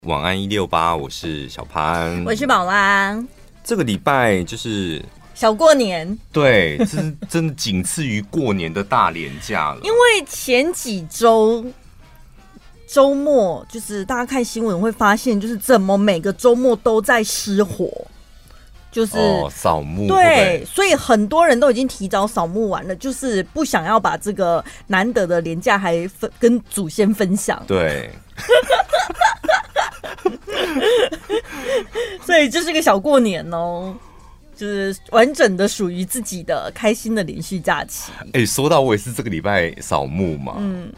晚安168，我是小潘， 我是宝拉。 这个礼拜就是小过年， 对，这是真的仅次于过年的大连假了。 因为前几周周末，就是大家看新闻会发现，就是怎么每个周末都在失火，就是扫墓， 对，所以很多人都已经提早扫墓完了，就是不想要把这个难得的连假还跟祖先分享。 对。 所以这是个小过年哦，就是完整的属于自己的开心的连续假期。 说到我也是这个礼拜扫墓嘛，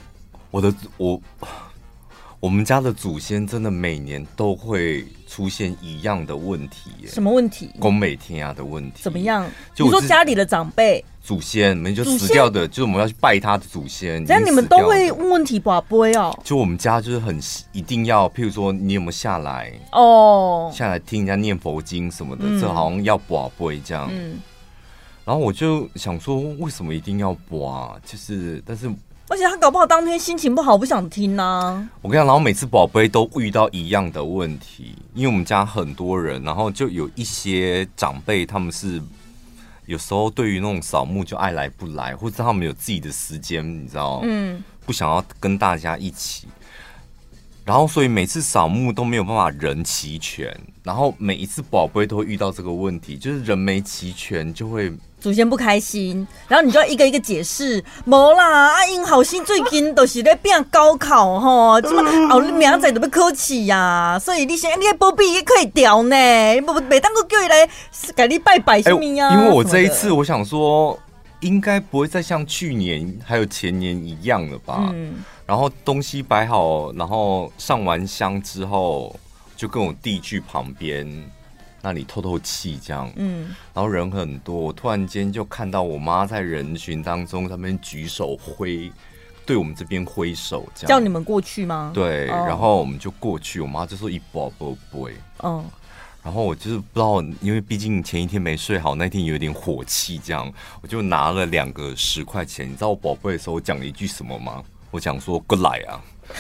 我们家的祖先真的每年都会出现一样的问题耶。 什么问题？ 宫美天啊的问题。 怎么样？你说家里的长辈祖先们就死掉的，就是我们要去拜他的祖先。 这样你们都会问问题拔杯哦？就我们家就是很一定要，譬如说你有没有下来下来听人家念佛经什么的，这好像要拔杯这样。然后我就想说，为什么一定要拔？但是。 而且他搞不好当天心情不好，不想听啊。 我跟你讲，然后每次宝贝都遇到一样的问题，因为我们家很多人，然后就有一些长辈，他们是有时候对于那种扫墓就爱来不来，或者他们有自己的时间，你知道，不想要跟大家一起，然后所以每次扫墓都没有办法人齐全，然后每一次宝贝都会遇到这个问题，就是人没齐全就会。 祖先不开心，然后你就要一个一个解释，没啦，阿英好心最近都是在变高考吼，怎么明仔就要考试呀，所以你的保庇也可以调呢，每当个叫你来给你拜拜什么呀？ 因为我这一次我想说，应该不会再像去年还有前年一样了吧？然后东西摆好，然后上完香之后，就跟我弟去旁边。那里透透气这样，然后人很多，我突然间就看到我妈在人群当中，他们举手挥，对我们这边挥手，这样叫你们过去吗？ 对，然后我们就过去，我妈就说一波不会，然后我就是不知道，因为毕竟前一天没睡好，那天有点火气，这样我就拿了2个10块钱，你知道我宝贝的时候我讲了一句什么吗？我讲说过来啊。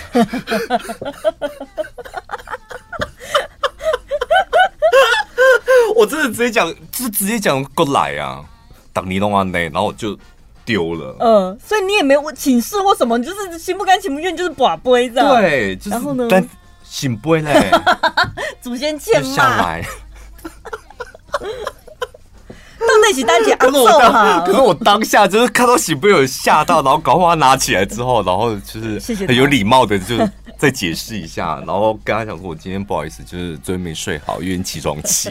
我真的直接讲过来啊，当你弄完呢，然后我就丢了。 所以你也没有请示或什么，你就是心不甘情不愿，就是拔杯这样。 对，就是、然后呢？但醒杯嘞， 祖先欠骂下来。 到那起单姐阿揍哈， 可是我当下就是看到醒杯有吓到，然后赶快把它拿起来之后，然后就是很有礼貌的就。再解释一下，然后跟他讲说，我今天不好意思，就是昨天没睡好，有点起床气。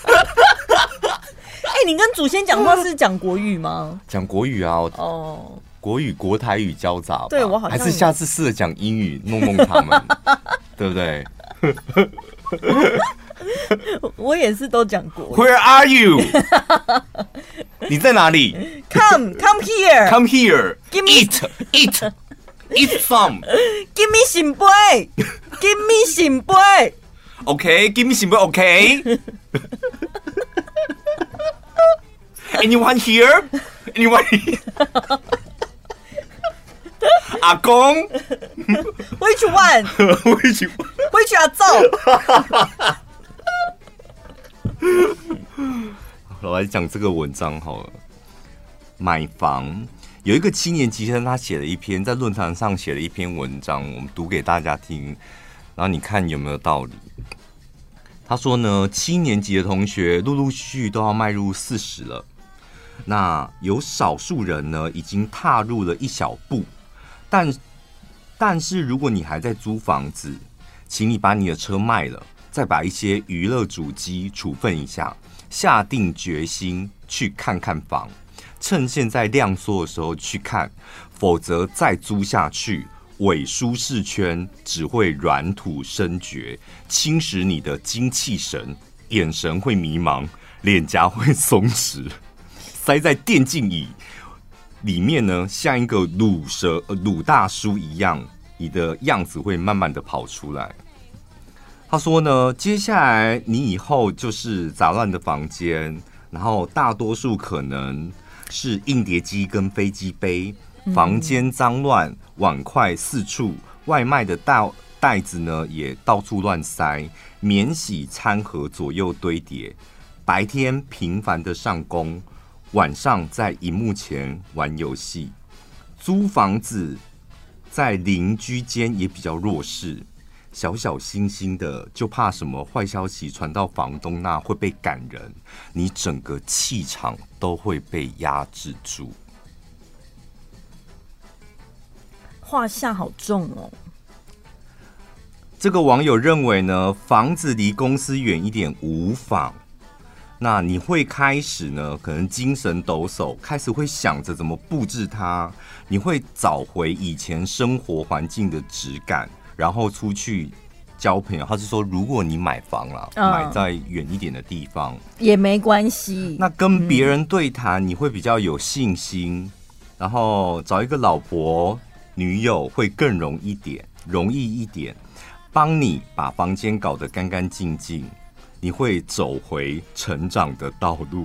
你跟祖先讲话是讲国语吗？ 讲国语啊，国语国台语交杂吧。 对我好像还是下次试着讲英语弄他们，对不对？ 我也是都讲国语。 Where are you？ 你在哪里 ？Come here. Come here. Eat some. Give me 醒杯 Give me 醒杯 Okay, give me 醒杯 Okay. Anyone here? Anyone here? 阿公 Which one? Which 阿祖我来讲这个文章好了。买房有一个7年级生，他写了一篇在论坛上写了一篇文章，我们读给大家听，然后你看有没有道理。他说呢，7年级的同学陆陆续续都要迈入40了，那有少数人呢已经踏入了一小步，但是如果你还在租房子，请你把你的车卖了，再把一些娱乐主机处分一下，下定决心去看看房。趁现在量缩的时候去看，否则再租下去，伪舒适圈只会软土生绝，侵蚀你的精气神，眼神会迷茫，脸颊会松弛，塞在电竞椅里面呢，像一个鲁大叔一样，你的样子会慢慢的跑出来。他说呢，接下来你以后就是杂乱的房间，然后大多数可能是硬碟机跟飞机杯，房间脏乱，碗筷四处，外卖的袋子呢也到处乱塞，免洗餐盒左右堆叠，白天频繁的上工，晚上在萤幕前玩游戏。租房子在邻居间也比较弱势，小小心心的就怕什么坏消息传到房东那会被赶人，你整个气场都会被压制住。 话下好重哦。 这个网友认为呢，房子离公司远一点无妨。那你会开始呢，可能精神抖擞，开始会想着怎么布置它，你会找回以前生活环境的质感，然后出去交朋友。他是说，如果你买房了，买在远一点的地方也没关系。 那跟别人对谈，你会比较有信心，然后找一个老婆、女友会更容易一点，帮你把房间搞得干干净净。你会走回成长的道路。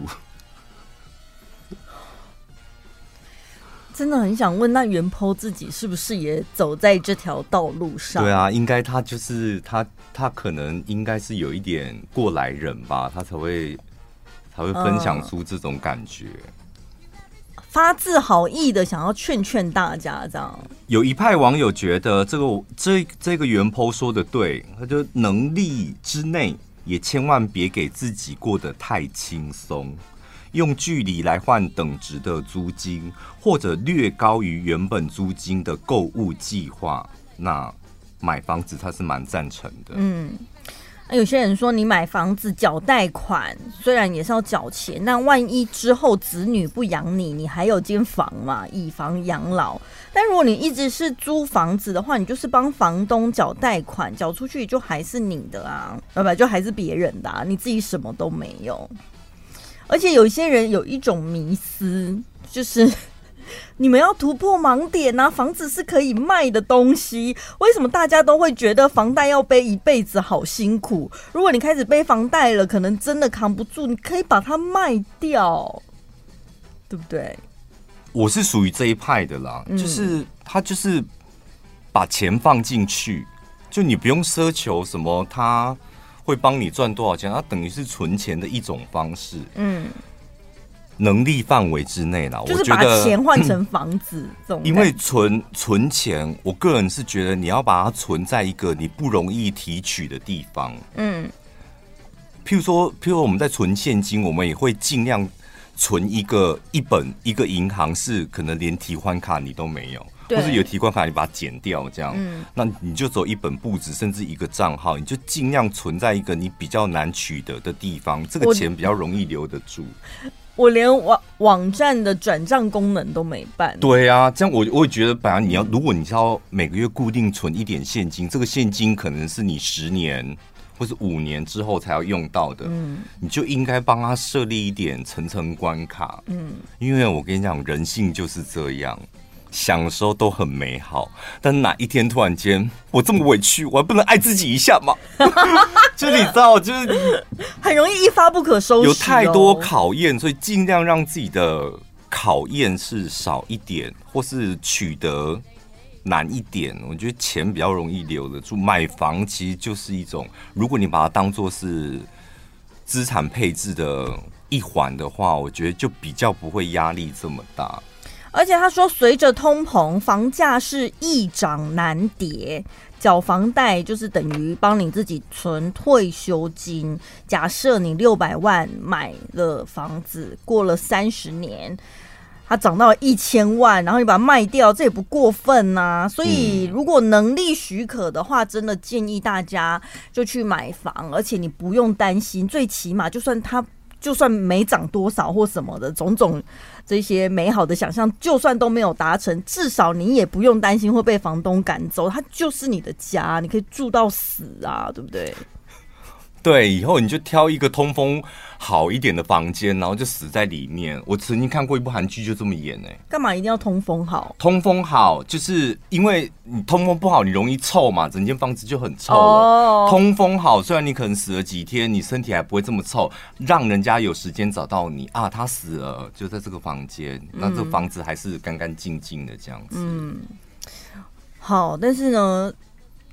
真的很想问，那原 po 自己是不是也走在这条道路上？ 对啊，应该他就是他可能应该是有一点过来人吧，他才会分享出这种感觉。 发自好意的想要劝大家，这样。 有一派网友觉得这个原 po 说的对，他就能力之内。也千万别给自己过得太轻松，用距离来换等值的租金，或者略高于原本租金的购物计划。那买房子他是蛮赞成的。 有些人说你买房子缴贷款，虽然也是要缴钱，但万一之后子女不养你，你还有间房嘛，以房养老。但如果你一直是租房子的话，你就是帮房东缴贷款，缴出去就还是你的啊，就还是别人的啊，你自己什么都没有。而且有些人有一种迷思，就是你们要突破盲点啊！房子是可以卖的东西，为什么大家都会觉得房贷要背一辈子好辛苦？如果你开始背房贷了，可能真的扛不住，你可以把它卖掉，对不对？ 我是属于这一派的啦，就是他就是把钱放进去，就你不用奢求什么他会帮你赚多少钱，它等于是存钱的一种方式。能力范围之内啦， 就是把钱换成房子这种。 因为存钱，我个人是觉得你要把它存在一个你不容易提取的地方。譬如说我们在存现金，我们也会尽量存一个银行是可能连提款卡你都没有，或者有提款卡你把它剪掉这样，那你就走一本簿子，甚至一个账号，你就尽量存在一个你比较难取得的地方，这个钱比较容易留得住。 我连网站的转账功能都没办。 对啊，这样我也觉得，本来如果你是要每个月固定存一点现金，这个现金可能是你10年或是5年之后才要用到的，你就应该帮他设立一点层关卡。因为我跟你讲，人性就是这样。想的时候都很美好，但哪一天突然间我这么委屈，我还不能爱自己一下吗？就你知道，就是很容易一发不可收拾， 有太多考验，所以尽量让自己的考验是少一点，或是取得难一点。我觉得钱比较容易留得住，买房其实就是一种，如果你把它当作是资产配置的一环的话，我觉得就比较不会压力这么大。 而且他说，随着通膨，房价是易涨难跌，缴房贷就是等于帮你自己存退休金。假设你600万买了房子，过了30年，它涨到了1000万，然后你把它卖掉，这也不过分啊。所以如果能力许可的话，真的建议大家就去买房，而且你不用担心，最起码就算没涨多少或什么的，种种这些美好的想象，就算都没有达成，至少你也不用担心会被房东赶走，它就是你的家，你可以住到死啊，对不对？ 对，以后你就挑一个通风好一点的房间，然后就死在里面。我曾经看过一部韩剧，就这么演干嘛一定要通风好？ 通风好，就是因为你通风不好，你容易臭嘛，整间房子就很臭了。通风好，虽然你可能死了几天，你身体还不会这么臭，让人家有时间找到你啊，他死了就在这个房间，那这个房子还是干干净净的这样子。 好，但是呢，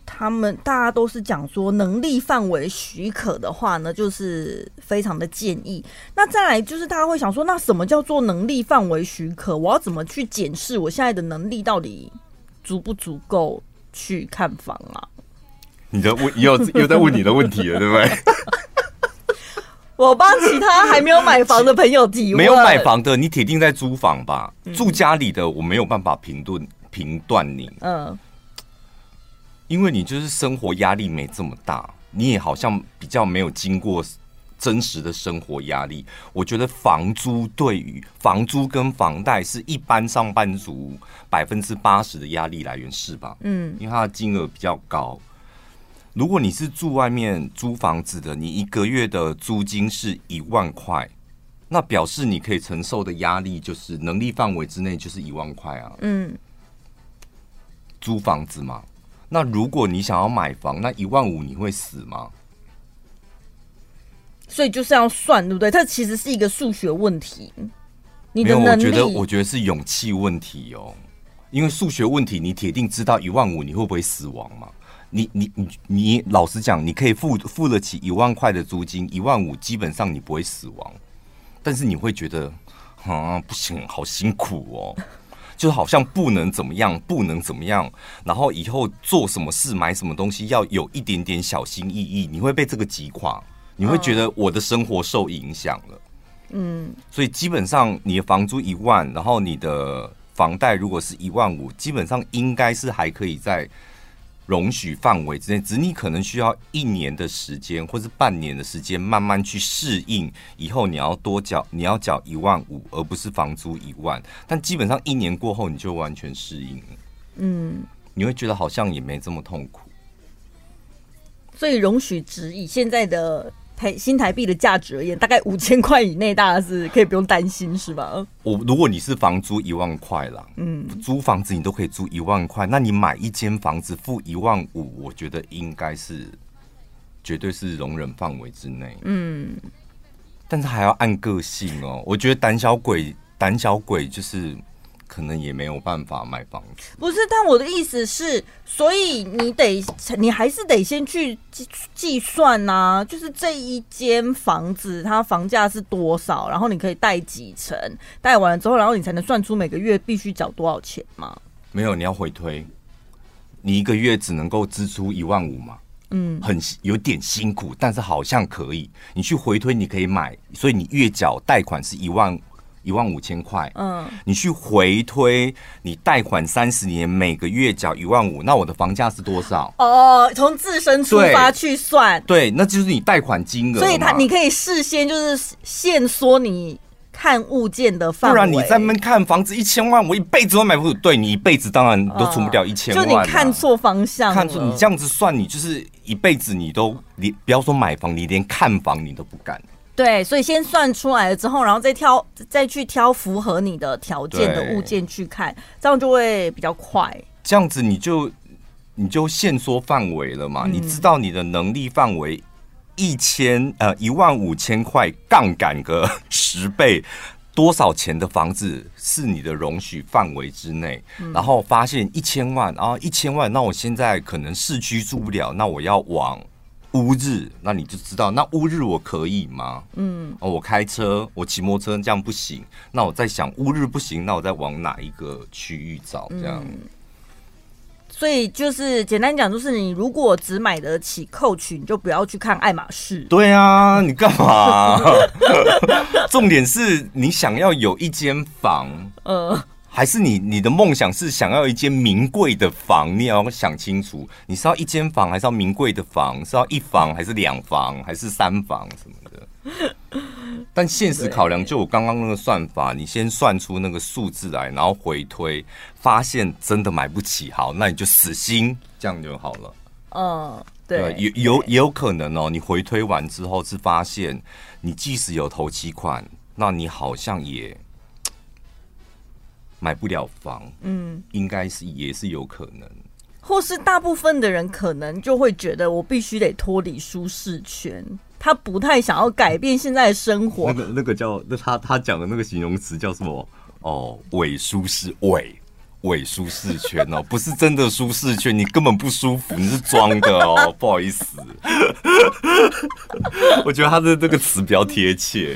大家都是讲说能力范围许可的话呢，就是非常的建议。那再来就是大家会想说，那什么叫做能力范围许可？我要怎么去检视我现在的能力到底足不足够去看房啊？ 你的又在问你的问题了，对不对？ 我帮其他还没有买房的朋友提问。 没有买房的，你铁定在租房吧？住家里的，我没有办法评断你。因为你就是生活压力没这么大，你也好像比较没有经过真实的生活压力。我觉得房租跟房贷是一般上班族80%的压力来源，是吧？因为它的金额比较高。如果你是住外面租房子的，你一个月的租金是1万块，那表示你可以承受的压力就是能力范围之内就是1万块啊。租房子嘛，那如果你想要买房，那1万5你会死吗？ 所以就是要算，对不对？它其实是一个数学问题。你的能力， 我觉得是勇气问题哦。因为数学问题，你铁定知道1万5你会不会死亡嘛？你老实讲，你可以付得起1万块的租金，1万5基本上你不会死亡，但是你会觉得不行，好辛苦哦，就好像不能怎么样，然后以后做什么事买什么东西要有一点点小心翼翼，你会被这个击垮，你会觉得我的生活受影响了。所以基本上你的房租1万，然后你的房贷如果是1万5，基本上应该是还可以在容许范围之内，只是你可能需要1年的时间，或是半年的时间，慢慢去适应。以后你要缴1万5，而不是房租1万。但基本上1年过后，你就完全适应了。你会觉得好像也没这么痛苦。 所以容许值以现在的新台币的价值而言，大概5000块以内，大家是可以不用担心，是吧？ 如果你是房租1万块啦，租房子你都可以租1万块，那你买一间房子付1万5，我觉得应该是绝对是容忍范围之内。但是还要按个性哦。我觉得胆小鬼就是可能也没有办法买房子。 不是，但我的意思是，所以你还是得先去计算啊，就是这一间房子它房价是多少，然后你可以贷几成，贷完了之后，然后你才能算出每个月必须缴多少钱嘛？ 没有，你要回推，你一个月只能够支出1万5嘛。有点辛苦，但是好像可以。你去回推，你可以买，所以你月缴贷款是15000块，你去回推，你贷款30年，每个月缴1万5，那我的房价是多少？ 从自身出发去算， 对，那就是你贷款金额。 所以你可以事先就是限缩你看物件的范围， 不然你在那边看房子1000万，我一辈子都买不起。对，你一辈子当然都存不了1000万， 就你看错方向了， 你这样子算，你就是一辈子你不要说买房，你连看房你都不敢。 对，所以先算出来了之后，然后再去挑符合你的条件的物件去看，这样就会比较快。 这样子你就限缩范围了嘛？你知道你的能力范围15000块，杠杆个10倍，多少钱的房子是你的容许范围之内？然后发现1000万啊，1000万，那我现在可能市区住不了，那我要往乌日，那你就知道，那乌日我可以吗？我开车，我骑摩托车这样不行，那我在想乌日不行，那我再往哪一个区域找？这样。 所以就是简单讲，就是你如果只买得起Coach，你就不要去看爱马仕。 对啊，你干嘛？重点是你想要有一间房，还是你的梦想是想要一间名贵的房？你也要想清楚，你是要一间房，还是要名贵的房？是要1房，还是2房，还是3房什么的？但现实考量，就我刚刚那个算法，你先算出那个数字来，然后回推，发现真的买不起，好，那你就死心，这样就好了。 对， 也有可能哦。你回推完之后是发现，你即使有头期款，那你好像也买不了房。应该是也是有可能。 或是大部分的人可能就会觉得，我必须得脱离舒适圈。他不太想要改变现在的生活。 那个叫他讲的那个形容词叫什么？伪舒适， 伪舒适圈哦，不是真的舒适圈，你根本不舒服，你是装的哦，不好意思。我觉得他的这个词比较贴切。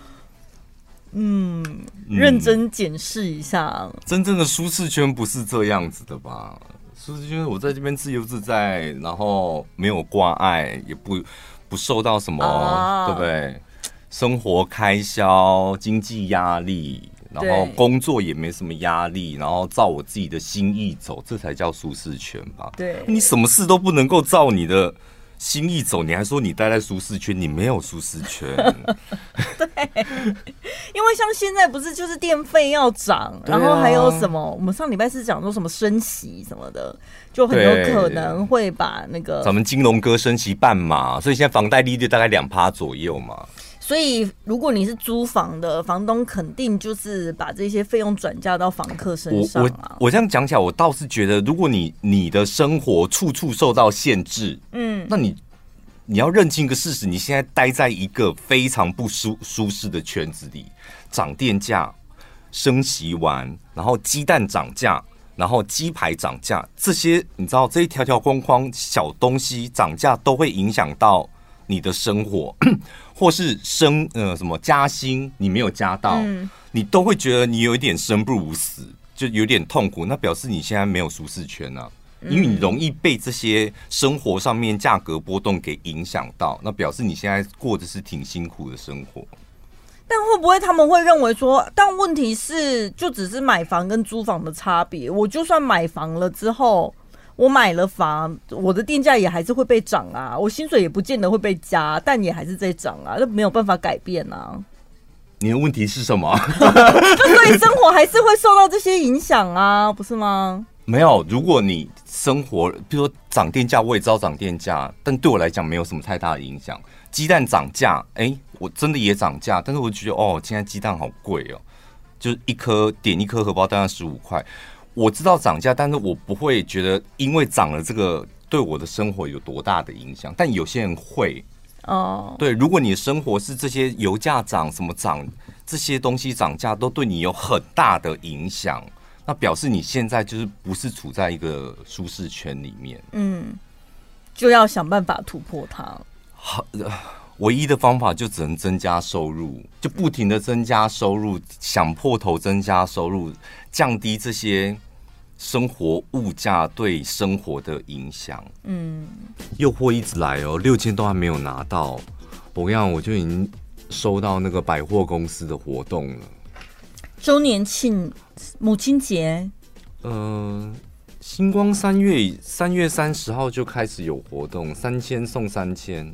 认真检视一下， 真正的舒适圈不是这样子的吧？舒适圈，我在这边自由自在，然后没有挂碍，也不受到什么，对不对？生活开销、经济压力，然后工作也没什么压力，然后照我自己的心意走，这才叫舒适圈吧？ 对， 你什么事都不能够照你的心意走，你还说你待在舒适圈，你没有舒适圈。 对，因为像现在不是就是电费要涨，然后还有什么？我们上礼拜是讲说什么升息什么的，就很有可能会把那个咱们金融哥升息半码，所以现在房贷利率大概2%左右嘛。 所以如果你是租房的，房东肯定就是把这些费用转嫁到房客身上啊。 我这样讲起来，我倒是觉得，如果你的生活处处受到限制，那你要认清一个事实，你现在待在一个非常不舒适的圈子里，涨电价、升息完，然后鸡蛋涨价，然后鸡排涨价，这些你知道，这一条条框框小东西涨价都会影响到你的生活，或是什么加薪你没有加到，你都会觉得你有一点生不如死，就有点痛苦。那表示你现在没有舒适圈啊。因为你容易被这些生活上面价格波动给影响到，那表示你现在过的是挺辛苦的生活。 但会不会他们会认为说，但问题是就只是买房跟租房的差别，我就算买房了之后，我买了房，我的电价也还是会被涨啊，我薪水也不见得会被加，但也还是在涨啊，那没有办法改变啊。 你的问题是什么？ 所以生活还是会受到这些影响啊，不是吗？ 没有，如果你生活，比如说涨电价，我也知道涨电价，但对我来讲没有什么太大的影响。鸡蛋涨价，我真的也涨价，但是我就觉得现在鸡蛋好贵哦，就是点一颗荷包蛋要15块。我知道涨价，但是我不会觉得因为涨了这个对我的生活有多大的影响，但有些人会。对，如果你的生活是这些油价涨、什么涨这些东西涨价都对你有很大的影响。那表示你现在就是不是处在一个舒适圈里面， 就要想办法突破它。 唯一的方法就只能增加收入，就不停的增加收入，想破头增加收入，降低这些生活物价对生活的影响。诱惑一直来哦，6000都还没有拿到，我跟你讲，我就已经收到那个百货公司的活动了。 周年庆、母亲节， 星光3月30号就开始有活动，3000送3000。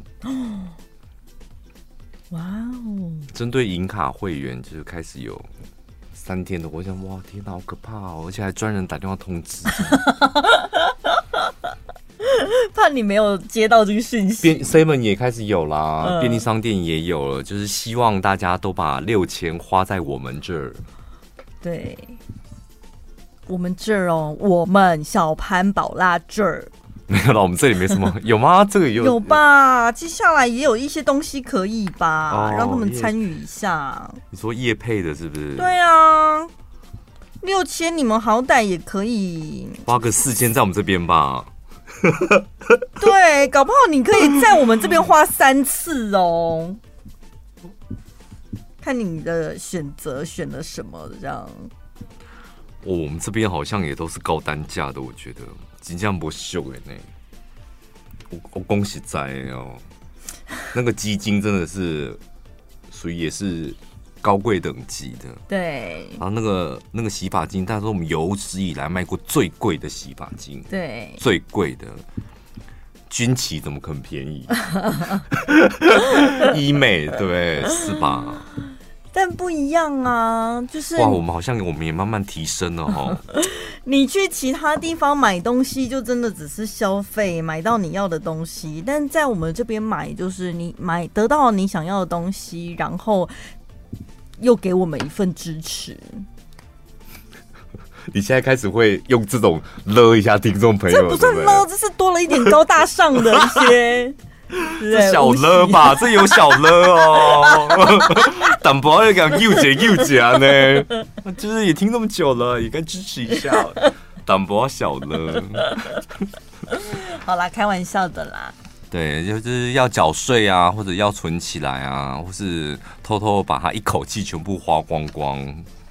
哇哦！ 针对银卡会员就是开始有3天的，我想哇，天哪，好可怕哦！而且还专人打电话通知， 怕你没有接到这个讯息。 7 也开始有啦，便利商店也有了，就是希望大家都把6000花在我们这儿。 对，我们这儿哦，我们小潘宝拉这儿没有了，我们这里没什么，有吗？这个有吧？接下来也有一些东西可以吧，让他们参与一下。 你说业配的是不是？ 对啊，6000你们好歹也可以花个4000在我们这边吧。 对，搞不好你可以在我们这边花3次哦。看你的选择选了什么这样。 我们这边好像也都是高单价的，我觉得真的不俗的呢。我恭喜在哦，那个基金真的是属于也是高贵等级的。 对。 然后那个洗发精，大家说我们有史以来卖过最贵的洗发精。 对。最贵的。军旗怎么可能便宜？医美对不对？是吧？ 但不一样啊，就是哇，我们也慢慢提升了哈。 你去其他地方买东西，就真的只是消费，买到你要的东西；但在我们这边买，就是你得到你想要的东西，然后又给我们一份支持。 你现在开始会用这种勒一下听众朋友， 这不算勒，这是多了一点高大上的一些这小了吧？这有小了哦，淡薄要讲又姐呢，就是也听那么久了，也该支持一下。淡薄小了， 好啦，开玩笑的啦。 对，就是要缴税啊，或者要存起来啊，或是偷偷把它一口气全部花光光，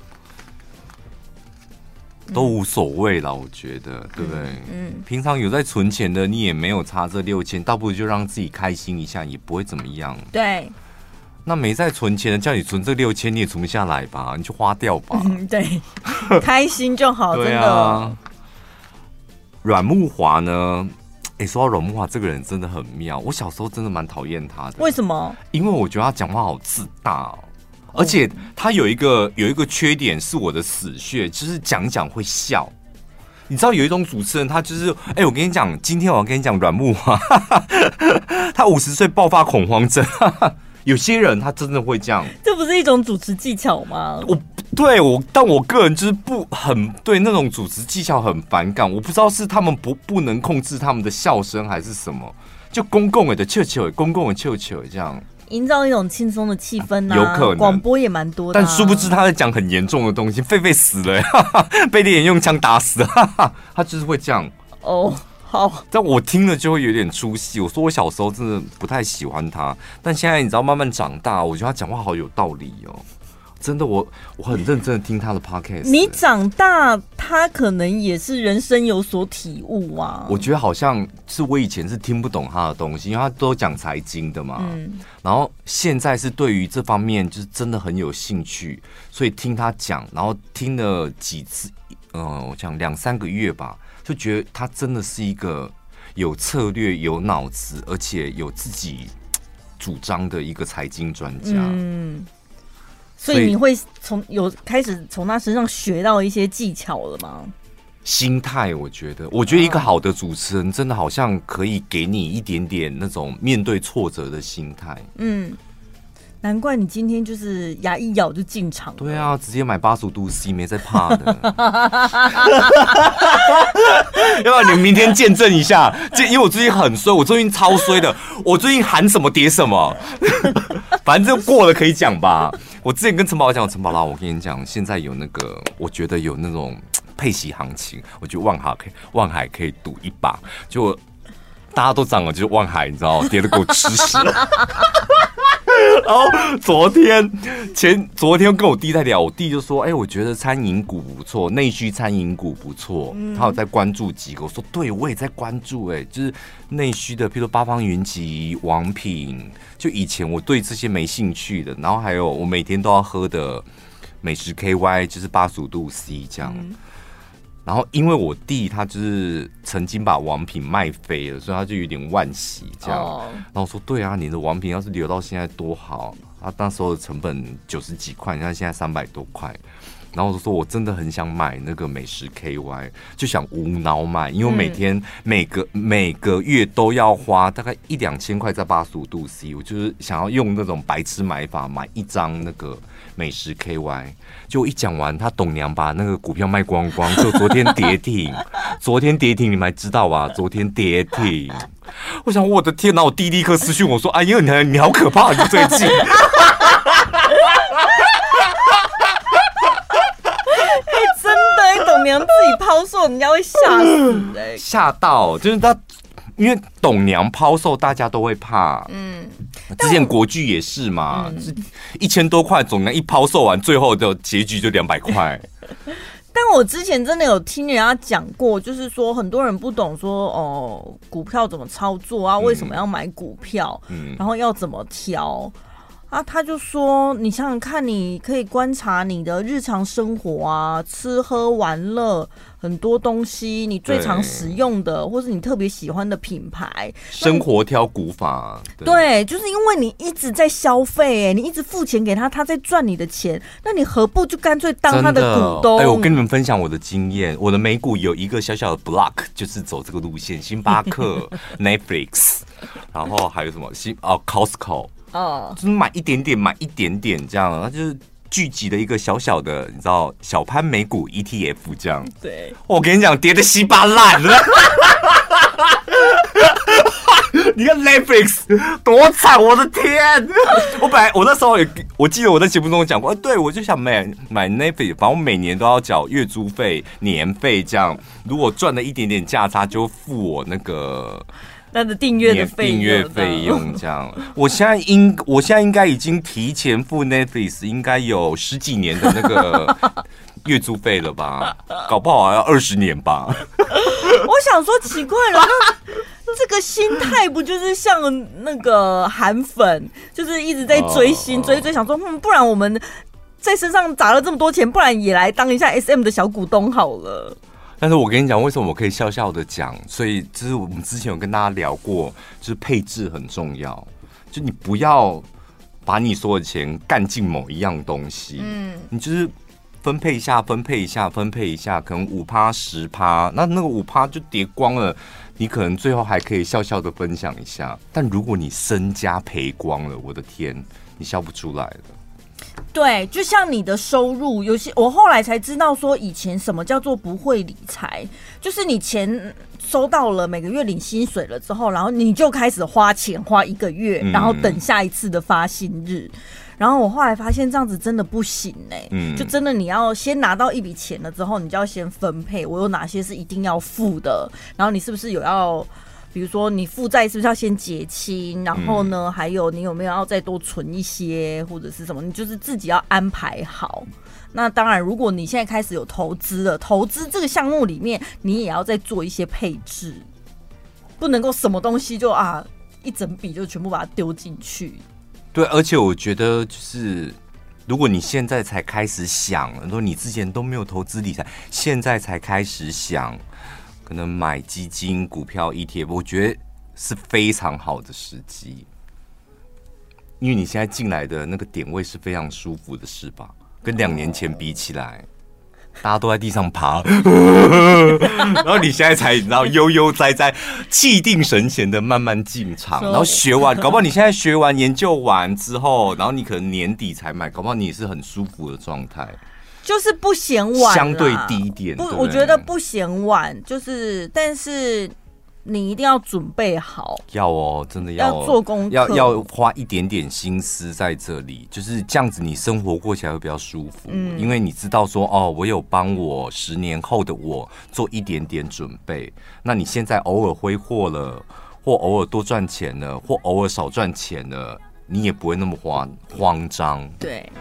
都无所谓啦，我觉得，对不对？平常有在存钱的，你也没有差这6000，倒不如就让自己开心一下，也不会怎么样。 对。 那没在存钱的，叫你存这6000，你也存不下来吧？你就花掉吧。 对，开心就好，真的。 阮木华呢？说到阮木华这个人真的很妙，我小时候真的蛮讨厌他的。 为什么？ 因为我觉得他讲话好自大哦，而且他有一个缺点是我的死穴，就是讲讲会笑。你知道有一种主持人，他就是，我跟你讲，今天我要跟你讲阮木华，他50岁爆发恐慌症。有些人他真的会这样， 这不是一种主持技巧吗？ 但我个人就是很对那种主持技巧很反感。我不知道是他们不能控制他们的笑声还是什么，就公共的笑笑，公共的笑笑这样， 营造一种轻松的气氛啊。 有可能广播也蛮多的， 但殊不知他在讲很严重的东西，狒死了，被猎人用枪打死了，他就是会这样哦。好， 但我听了就会有点出戏。我说我小时候真的不太喜欢他，但现在你知道慢慢长大，我觉得他讲话好有道理哦。真的，我很认真的听他的 podcast。你长大，他可能也是人生有所体悟啊。 我觉得好像是我以前是听不懂他的东西，因为他都讲财经的嘛。然后现在是对于这方面就是真的很有兴趣，所以听他讲，然后听了几次，我讲2-3个月吧。就觉得他真的是一个有策略、有脑子，而且有自己主张的一个财经专家。 所以你会开始从他身上学到一些技巧了吗？ 心态，我觉得一个好的主持人真的好像可以给你一点点那种面对挫折的心态。 难怪你今天就是牙一咬就进场了。 对啊，直接买85度 C， 没在怕的。要不然你明天见证一下，因为我最近很衰，我最近超衰的，我最近喊什么跌什么，反正过了可以讲吧。我之前跟陈宝讲，陈宝拉，我跟你讲，现在有那个，我觉得有那种配息行情，我觉得万海可以赌一把，就大家都涨了，就是万海，你知道，跌得给我吃屎。然后昨天跟我弟在聊，我弟就说：“我觉得餐饮股不错，内需餐饮股不错。”他有在关注几个，我说：“对，我也在关注。”就是内需的，譬如说八方云集、王品，就以前我对这些没兴趣的，然后还有我每天都要喝的美食 KY， 就是85度 C 这样。然后因为我弟他就是曾经把王品卖飞了，所以他就有点惋惜这样。然后我说对啊，你的王品要是留到现在多好，他那时候的成本90几块，你看现在300多块。然后我说我真的很想买那个美食 KY， 就想无脑买，因为每天每个月都要花大概1-2千块在85度 C， 我就是想要用那种白痴买法买一张那个美食 KY。就我一讲完，他董娘把那个股票卖光光，就昨天跌停，你们还知道吧？昨天跌停，我想我的天哪！我弟立刻私讯我说：“哎呦，你好可怕！你最近。” 真的，董娘自己抛售，人家会吓死吓到就是他，因为董娘抛售，大家都会怕。之前国剧也是嘛，1000多块，董娘一抛售完，最后的结局就200块。 但我之前真的有听人家讲过，就是说很多人不懂说股票怎么操作啊，为什么要买股票，然后要怎么调。他就说，你想想看，你可以观察你的日常生活啊，吃喝玩乐很多东西，你最常使用的，或是你特别喜欢的品牌， 生活挑股法。 对，就是因为你一直在消费，你一直付钱给他，他在赚你的钱，那你何不就干脆当他的股东？ 我跟你们分享我的经验，我的美股有一个小小的 block， 就是走这个路线，星巴克、Netflix， 然后还有什么Costco。就是买一点点这样，它就是聚集的一个小小的，你知道小潘美股 ETF 这样。 对， 我跟你讲，跌得稀巴烂了。 你看 Netflix 多惨，我的天！我那时候我记得我在节目中讲过，对我就想买 Netflix， 反正我每年都要缴月租费、年费这样，如果赚了一点点价差，就付我那个订阅的订阅费用这样。我现在应该已经提前付 Netflix， 应该有10几年的那个月租费了吧？搞不好还要20年吧。 我想说奇怪了，那这个心态不就是像那个韩粉，就是一直在追星，追想说，不然我们在身上砸了这么多钱，不然也来当一下 SM 的小股东好了。 但是我跟你讲，为什么我可以笑笑的讲？所以就是我们之前有跟大家聊过，就是配置很重要，就你不要把你所有的钱干进某一样东西，你就是分配一下，可能5%、10%，那个5%就跌光了，你可能最后还可以笑笑的分享一下。但如果你身家赔光了，我的天，你笑不出来了。 对，就像你的收入，有些我后来才知道说，以前什么叫做不会理财，就是你钱收到了，每个月领薪水了之后，然后你就开始花钱，花1个月，然后等下一次的发薪日。然后我后来发现这样子真的不行就真的你要先拿到一笔钱了之后，你就要先分配，我有哪些是一定要付的，然后你是不是有要。比如说你负债是不是要先结清，然后呢，还有你有没有要再多存一些或者是什么，你就是自己要安排好。那当然如果你现在开始有投资了，投资这个项目里面你也要再做一些配置，不能够什么东西就一整笔就全部把它丢进去。 对，而且我觉得就是如果你现在才开始想，说你之前都没有投资理财，现在才开始想可能买基金、股票、ETF， 我觉得是非常好的时机，因为你现在进来的那个点位是非常舒服的，是吧？跟2年前比起来，大家都在地上爬，然后你现在才你知道悠悠哉哉、气定神闲的慢慢进场，然后学完，搞不好你现在学完、研究完之后，然后你可能年底才买，搞不好你也是很舒服的状态。 就是不嫌晚， 相对低一点。 不，我觉得不嫌晚，就是但是你一定要准备好， 要真的要做功课， 要花一点点心思在这里，就是这样子，你生活过起来会比较舒服。因为你知道说，我有帮我10年后的我做一点点准备。那你现在偶尔挥霍了，或偶尔多赚钱了，或偶尔少赚钱了，你也不会那么慌张。 对。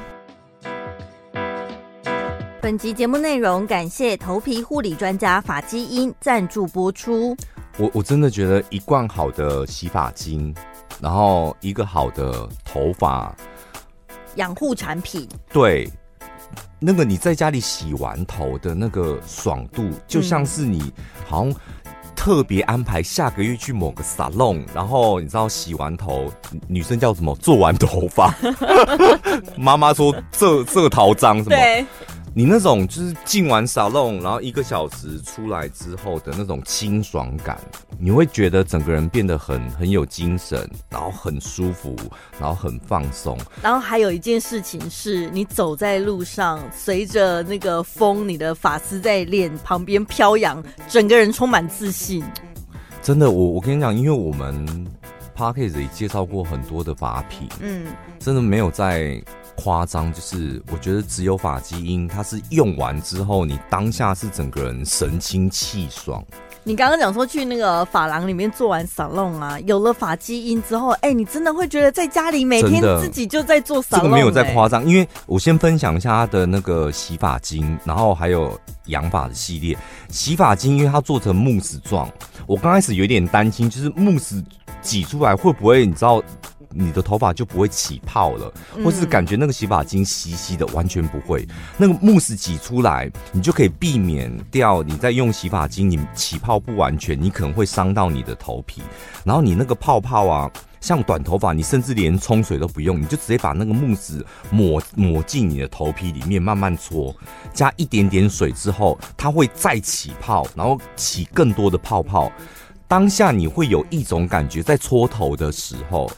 本集节目内容感谢头皮护理专家法基因赞助播出。 我真的觉得一罐好的洗发精，然后一个好的头发养护产品， 对，那个你在家里洗完头的那个爽度，就像是你好像特别安排下个月去某个 salon， 然后你知道洗完头，女生叫什么？做完头发，妈妈说这头脏什么？ 对。 你那种就是进完沙龙，然后1个小时出来之后的那种清爽感，你会觉得整个人变得很有精神，然后很舒服，然后很放松。 然后还有一件事情是，你走在路上，随着那个风，你的发丝在脸旁边飘扬，整个人充满自信。 真的，我跟你讲，因为我们 Podcast 也介绍过很多的发品，真的没有在夸张，就是我觉得只有发基因，它是用完之后，你当下是整个人神清气爽。 你刚刚讲说去那个发廊里面做完salon啊，有了发基因之后，你真的会觉得在家里每天自己就在做salon。 这个没有在夸张，因为我先分享一下它的那个洗发精，然后还有养发的系列。洗发精因为它做成慕斯状，我刚开始有点担心，就是慕斯挤出来会不会你知道你的头发就不会起泡了，或是感觉那个洗发精稀稀的，完全不会。那个慕斯挤出来，你就可以避免掉你在用洗发精，你起泡不完全，你可能会伤到你的头皮。然后你那个泡泡啊，像短头发，你甚至连冲水都不用，你就直接把那个慕斯抹进你的头皮里面，慢慢搓，加一点点水之后，它会再起泡，然后起更多的泡泡。当下你会有一种感觉，在搓头的时候，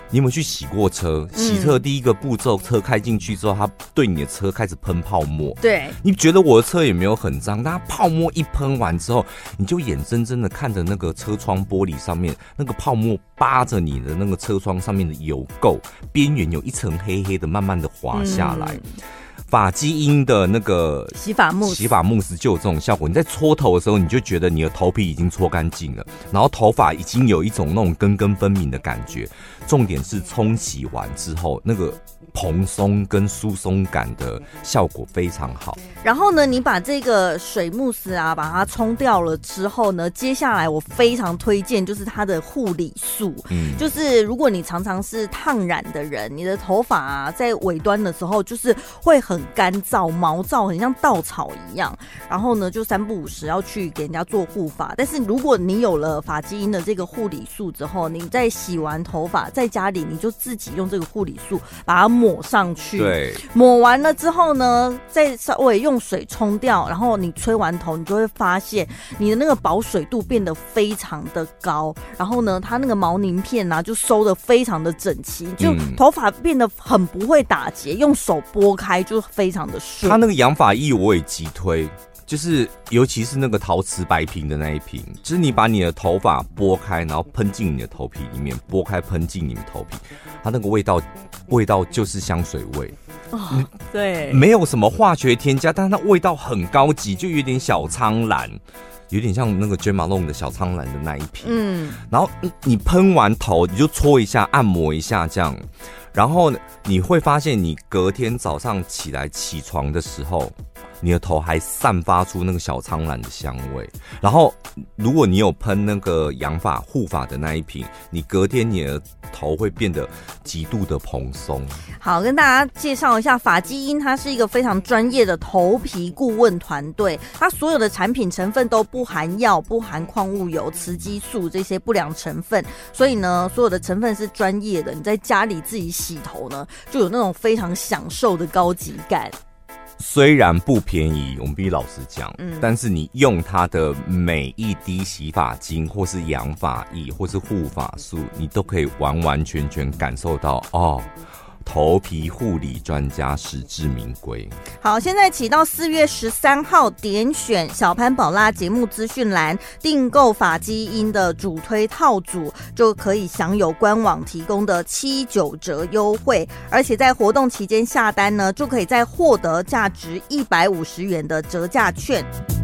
你有没有去洗过车？洗车第一个步骤，车开进去之后，它对你的车开始喷泡沫。 对， 你觉得我的车也没有很脏，但它泡沫一喷完之后，你就眼睁睁的看着那个车窗玻璃上面那个泡沫扒着你的那个车窗上面的油垢边缘有一层黑黑的，慢慢的滑下来。发基因的那个洗发慕斯就有这种效果。你在搓头的时候，你就觉得你的头皮已经搓干净了，然后头发已经有一种那种根根分明的感觉。重点是冲洗完之后，那个蓬松跟疏松感的效果非常好。 然后呢，你把这个水慕斯啊，把它冲掉了之后呢，接下来我非常推荐就是它的护理素。就是如果你常常是烫染的人，你的头发啊在尾端的时候就是会很干燥、毛躁，很像稻草一样。然后呢，就3不5时要去给人家做护发。但是如果你有了发基因的这个护理素之后，你在洗完头发，在家里你就自己用这个护理素把它抹上去。 对， 抹完了之后呢，再稍微用水冲掉，然后你吹完头，你就会发现你的那个保水度变得非常的高。然后呢，它那个毛鳞片啊就收得非常的整齐，就头发变得很不会打结，用手拨开就非常的顺。 它那个养发液我也急推。就是尤其是那个陶瓷白瓶的那一瓶，就是你把你的头发拨开，然后喷进你的头皮里面，拨开喷进你的头皮，它那个味道就是香水味。 对， 没有什么化学添加，但是它味道很高级，就有点小苍兰，有点像那个 Jo Malone 的小苍兰的那一瓶。然后你喷完头，你就搓一下，按摩一下这样，然后你会发现你隔天早上起床的时候，你的头还散发出那个小苍兰的香味。然后如果你有喷那个养发护发的那一瓶，你隔天你的头会变得极度的蓬松。 好，跟大家介绍一下，发基因它是一个非常专业的头皮顾问团队，它所有的产品成分都不含药、不含矿物油、雌激素这些不良成分，所以呢，所有的成分是专业的。你在家里自己洗头呢，就有那种非常享受的高级感。 虽然不便宜，我们必须老实讲，但是你用它的每一滴洗发精，或是养发液，或是护发素，你都可以完完全全感受到头皮护理专家实至名归。 好，现在起到4月13号，点选小潘宝拉节目资讯栏订购发基因的主推套组，就可以享有官网提供的79折优惠，而且在活动期间下单呢，就可以再获得价值150元的折价券。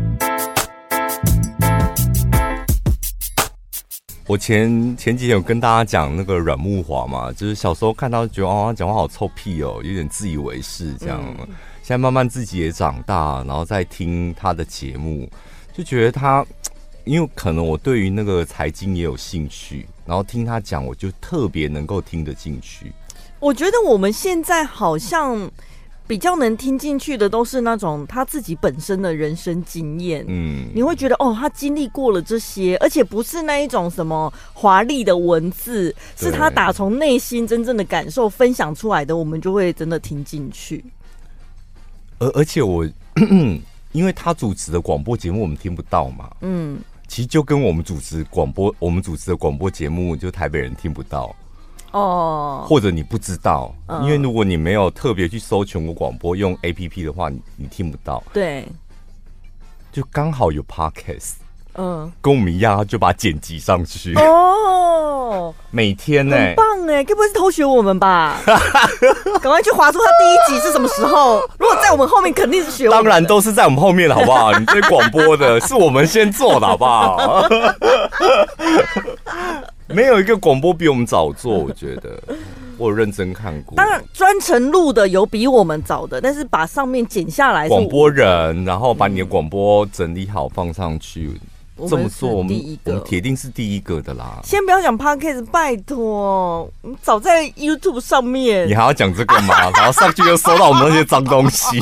我前几天有跟大家讲那个阮木华嘛，就是小时候看到觉得他讲话好臭屁有点自以为是这样。现在慢慢自己也长大，然后再听他的节目，就觉得他，因为可能我对于那个财经也有兴趣，然后听他讲，我就特别能够听得进去。 我觉得我们现在好像比较能听进去的都是那种他自己本身的人生经验，你会觉得他经历过了这些，而且不是那一种什么华丽的文字，是他打从内心真正的感受分享出来的，我们就会真的听进去。 而且我因为他主持的广播节目我们听不到嘛，其实就跟我们主持的广播节目，就台北人听不到。或者你不知道，因为如果你没有特别去搜全国广播用 APP 的话，你听不到。 对， 就刚好有 Podcast，跟我们一样，他就把它剪辑上去。每天呢， 很棒哎，该不会是偷学我们吧？赶快去划出他第1集是什么时候？如果在我们后面，肯定是学我们的。 当然都是在我们后面的好不好？你这广播的是我们先做的好不好？没有一个广播比我们早做，我觉得我有认真看过。 当然，专程录的有比我们早的，但是把上面剪下来， 广播人，然后把你的广播整理好放上去。这么做，我们铁定是第一个的啦。 先不要讲 Podcast， 拜托，早在 YouTube 上面。 你还要讲这个吗？然后上去又收到我们那些脏东西。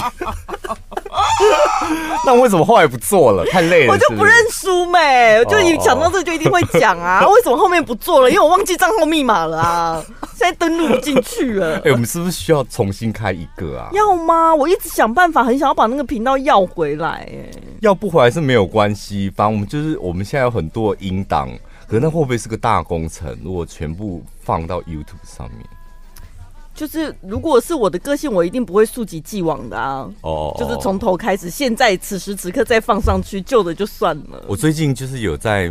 那为什么后来不做了？太累了是不是？ 我就不认输没，我就想到这就一定会讲啊。为什么后面不做了？因为我忘记账号密码了啊，现在登录不进去了。 我们是不是需要重新开一个啊？ 要吗？我一直想办法，很想要把那个频道要回来。 要不回来是没有关系，反正我们现在有很多音档， 可那会不会是个大工程？如果全部放到 YouTube 上面， 就是如果是我的个性，我一定不会溯及既往的啊。就是从头开始，现在此时此刻再放上去，旧的就算了。 我最近就是有在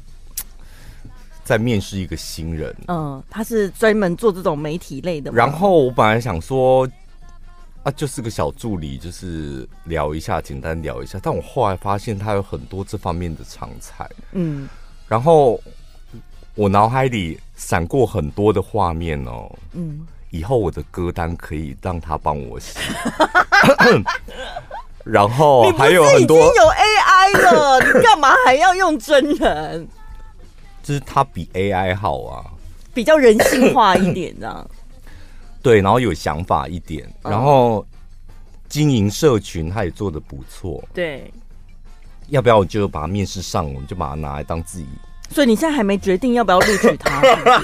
面试一个新人， 他是专门做这种媒体类的嘛。 然后我本来想说，就是个小助理，就是聊一下，简单聊一下。但我后来发现他有很多这方面的长才，然后我脑海里闪过很多的画面哦，以后我的歌单可以让他帮我写，然后还有很多， 你不是已经有 AI 了，你干嘛还要用真人？ 就是他比 AI 好啊， 比较人性化一点这样。 对，然后有想法一点，然后经营社群他也做得不错。 对， 要不要我就把他面试上，我们就把他拿来当自己。 所以你现在还没决定要不要录取他？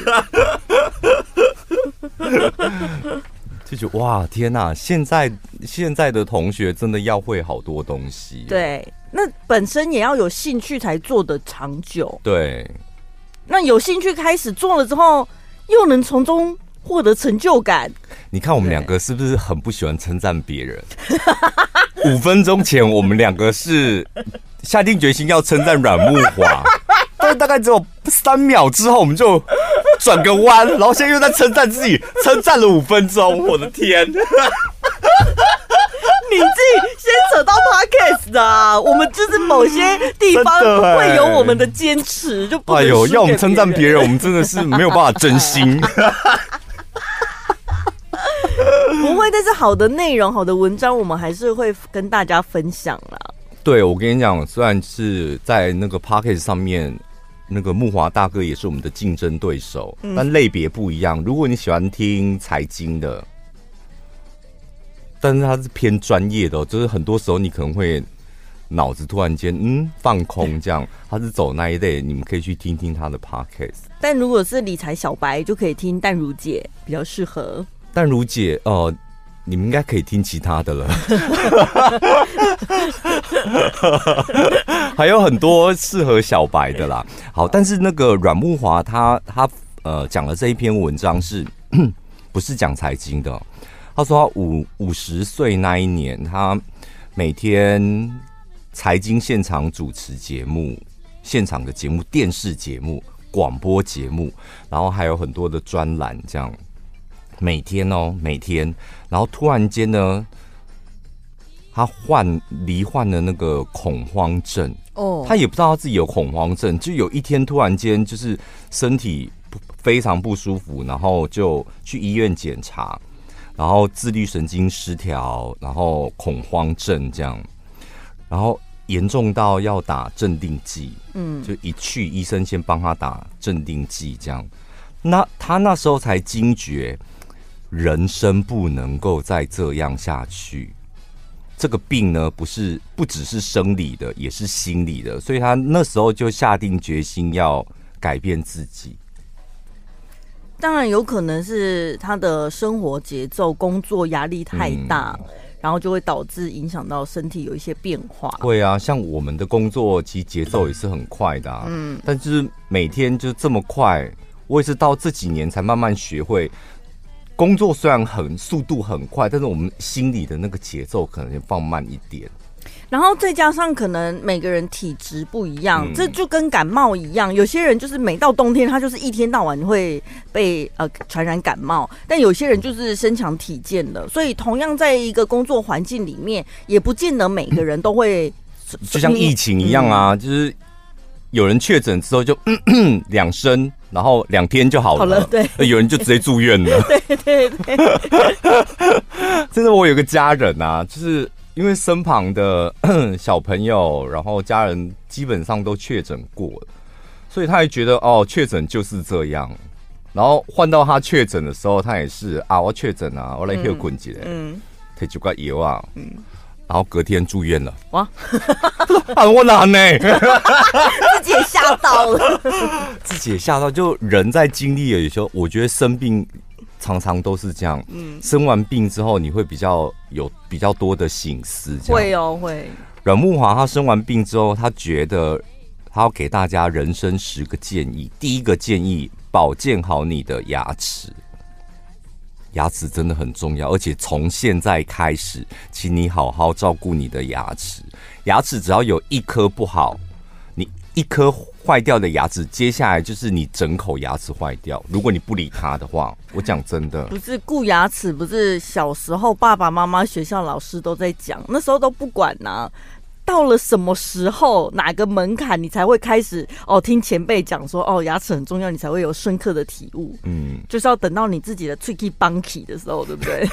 就觉得哇，天哪！现在的同学真的要会好多东西。 对，那本身也要有兴趣才做得长久。 对， 那有兴趣开始做了之后，又能从中获得成就感。 你看我们两个是不是很不喜欢称赞别人？5分钟前我们两个是下定决心要称赞阮木华，但大概只有3秒之后，我们就转个弯，然后现在又在称赞自己，称赞了5分钟。我的天！ 你自己先扯到 podcast 啊，我们就是某些地方会有我们的坚持，就不能输给别人。 要我们称赞别人，我们真的是没有办法真心。 不会，但是好的内容、好的文章，我们还是会跟大家分享啦。 对，我跟你讲，虽然是在那个 podcast 上面，那个木华大哥也是我们的竞争对手，但类别不一样。如果你喜欢听财经的，但是他是偏专业的，就是很多时候你可能会脑子突然间放空这样，他是走那一类，你们可以去听听他的 podcast。 但如果是理财小白，就可以听淡如姐，比较适合。 淡如姐，你们应该可以听其他的了，还有很多适合小白的啦。好，但是那个阮木华他讲了这一篇文章是不是讲财经的？他说他50岁那一年，他每天财经现场主持节目，现场的节目、电视节目、广播节目，然后还有很多的专栏，这样每天，然后突然间呢，他罹患了那个恐慌症他也不知道他自己有恐慌症，就有一天突然间就是身体非常不舒服，然后就去医院检查。然后自律神经失调，然后恐慌症这样，然后严重到要打镇定剂，就一去医生先帮他打镇定剂这样。那他那时候才惊觉，人生不能够再这样下去。这个病呢，不只是生理的，也是心理的，所以他那时候就下定决心要改变自己。 当然有可能是他的生活节奏、工作压力太大，然后就会导致影响到身体有一些变化。 会啊，像我们的工作其实节奏也是很快的但就是每天就这么快，我也是到这几年才慢慢学会。工作虽然速度很快，但是我们心里的那个节奏可能放慢一点。 然后再加上可能每个人体质不一样，这就跟感冒一样，有些人就是每到冬天他就是一天到晚会被传染感冒，但有些人就是身强体健的，所以同样在一个工作环境里面，也不见得每个人都会就像疫情一样啊，就是有人确诊之后就2声，然后2天就好了， 对， 有人就直接住院了， 对， 真的，我有个家人啊，就是因为身旁的小朋友，然后家人基本上都确诊过了，所以他也觉得确诊就是这样。然后换到他确诊的时候，他也是我确诊啊，我来休困一下，提几块药啊，然后隔天住院了。哇，我难呢， 自己也吓到了， 自己也吓到。就人在经历了有时候，我觉得生病。常常都是这样，生完病之后，你会有比较多的省思。 会。阮木华他生完病之后，他觉得他要给大家人生10个建议。第一个建议，保健好你的牙齿。牙齿真的很重要，而且从现在开始，请你好好照顾你的牙齿。牙齿只要有一颗不好，你一颗坏掉的牙齿，接下来就是你整口牙齿坏掉。如果你不理它的话，我讲真的， 不是顾牙齿，不是小时候爸爸妈妈、学校老师都在讲，那时候都不管啊。到了什么时候，哪个门槛，你才会开始听前辈讲说牙齿很重要，你才会有深刻的体悟。就是要等到你自己的喙齿崩起的时候，对不对？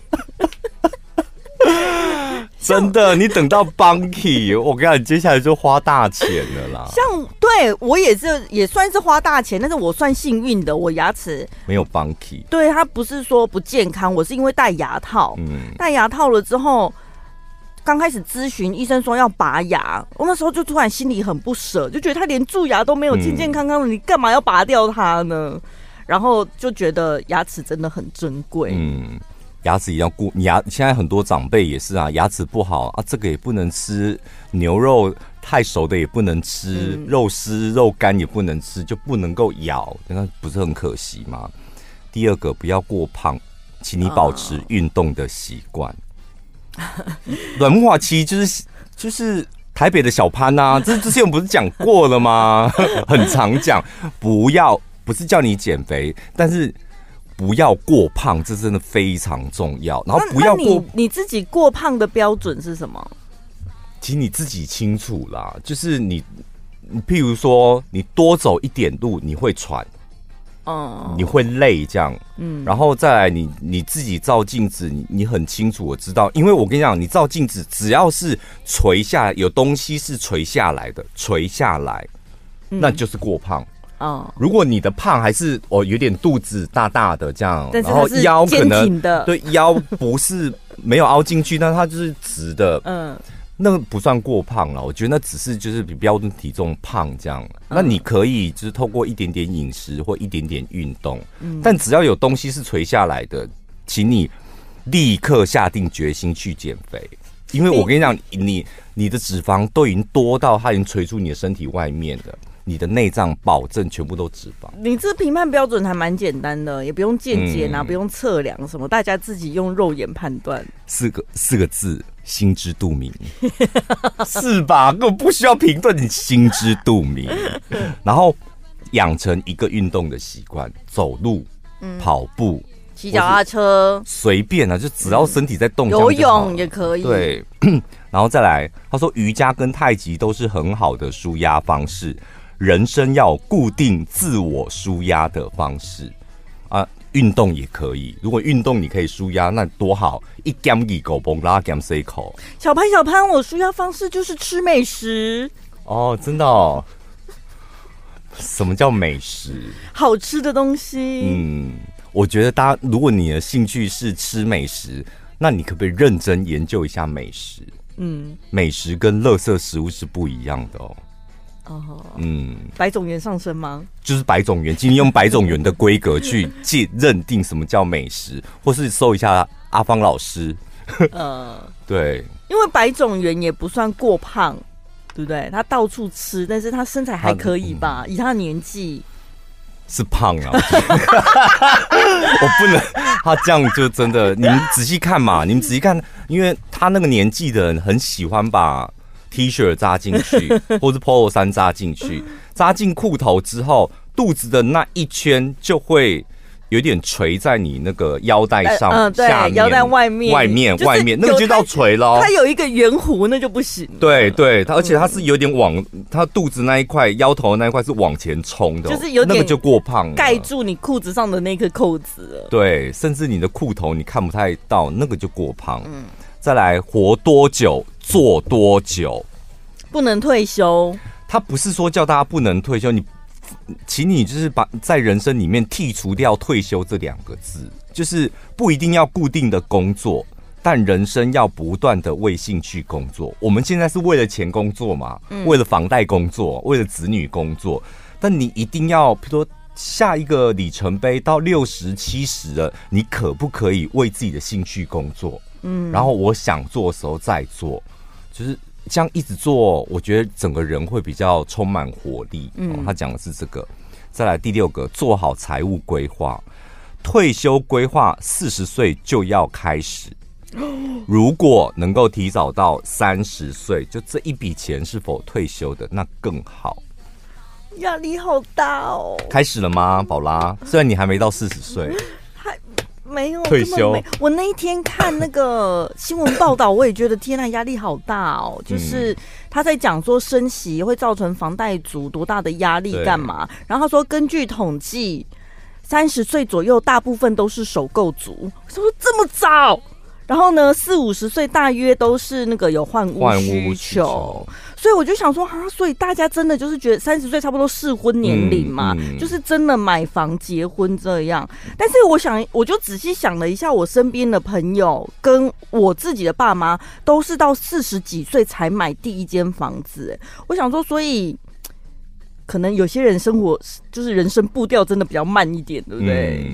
真的，你等到 Bunky， 我跟你讲，接下来就花大钱了啦。 像对我也算是花大钱，但是我算幸运的，我牙齿没有 Bunky。 对，它不是说不健康，我是因为戴牙套。戴牙套了之后，刚开始咨询医生说要拔牙，我那时候就突然心里很不舍，就觉得他连蛀牙都没有健健康康的，你干嘛要拔掉它呢？然后就觉得牙齿真的很珍贵。 牙齿一定要顾，现在很多长辈也是啊，牙齿不好啊，这个也不能吃，牛肉太熟的也不能吃，肉丝肉干也不能吃，就不能够咬，那不是很可惜吗？第二个，不要过胖，请你保持运动的习惯。软木华期就是台北的小潘啊，这之前我们不是讲过了吗？很常讲，不是叫你减肥，但是不要过胖，这真的非常重要。然后不要过， 你自己过胖的标准是什么？ 其实你自己清楚啦，就是你譬如说，你多走一点路，你会喘。你会累这样，然后再来你自己照镜子，你很清楚我知道，因为我跟你讲，你照镜子只要是垂下来，有东西是垂下来的，垂下来，那就是过胖。如果你的胖还是有点肚子大大的这样，然后腰可能对腰不是没有凹进去，但它就是直的，那不算过胖了，我觉得那只是就是比标准体重胖这样。那你可以就是透过一点点饮食或一点点运动，但只要有东西是垂下来的，请你立刻下定决心去减肥。因为我跟你讲，你的脂肪都已经多到它已经垂出你的身体外面了。你的内脏保证全部都脂肪。 你这评判标准还蛮简单的，也不用健检啊，不用测量什么，大家自己用肉眼判断。四个字，心知肚明，是吧？根本不需要评论，你心知肚明。然后养成一个运动的习惯，走路、跑步、 骑脚踏车， 随便啊，就只要身体在动， 游泳也可以。 对，然后再来，他说瑜伽跟太极都是很好的舒压方式。人生要有固定自我舒压的方式啊，运动也可以。如果运动你可以舒压，那多好！一 gam 一狗崩拉 gam 塞口。 小潘，我舒压方式就是吃美食。 哦，真的哦？什么叫美食？ 好吃的东西。 我觉得大家，如果你的兴趣是吃美食，那你可不可以认真研究一下美食？美食跟垃圾食物是不一样的哦。 白种元上升吗？ 就是白种元，今天用白种元的规格去认定什么叫美食，或是搜一下阿芳老师。对， 因为白种元也不算过胖，对不对？他到处吃，但是他身材还可以吧？以他的年纪是胖啊，我不能，他这样就真的，你们仔细看嘛，因为他那个年纪的人很喜欢把T 恤扎进去，或是 Polo 衫扎进去，扎进裤头之后，肚子的那一圈就会有点垂在你那个腰带上， 对，下面腰带外面， 那个就到垂了。 它有一个圆弧，那就不行。 对，而且它是有点它肚子那一块、腰头那一块是往前冲的， 就是有点那个就过胖了， 盖住你裤子上的那颗扣子了。 对，甚至你的裤头你看不太到，那个就过胖。再来，活多久做多久， 不能退休。 他不是说叫大家不能退休，请你就是在人生里面剔除掉退休这2个字，就是不一定要固定的工作，但人生要不断的为兴趣工作。我们现在是为了钱工作嘛，为了房贷工作，为了子女工作，但你一定要，比如说下一个里程碑到60、70了，你可不可以为自己的兴趣工作？然后我想做的时候再做，就是这样一直做，我觉得整个人会比较充满活力。他讲的是这个。再来第6个，做好财务规划。退休规划40岁就要开始。如果能够提早到30岁，就这一笔钱是否退休的，那更好。 压力好大哦！ 开始了吗，宝拉？虽然你还没到40岁， 还没有退休。 我那一天看那个新闻报道，我也觉得天哪，压力好大哦！就是他在讲说升息会造成房贷族多大的压力，干嘛？然后他说，根据统计，30岁左右大部分都是首购族。我说这么早？然后呢，40-50岁大约都是那个有换屋需求，所以我就想说所以大家真的就是觉得30岁差不多适婚年龄嘛，就是真的买房结婚这样。但是我就仔细想了一下，我身边的朋友跟我自己的爸妈都是到40几岁才买第一间房子。我想说，所以可能有些人生活就是人生步调真的比较慢一点，对不对？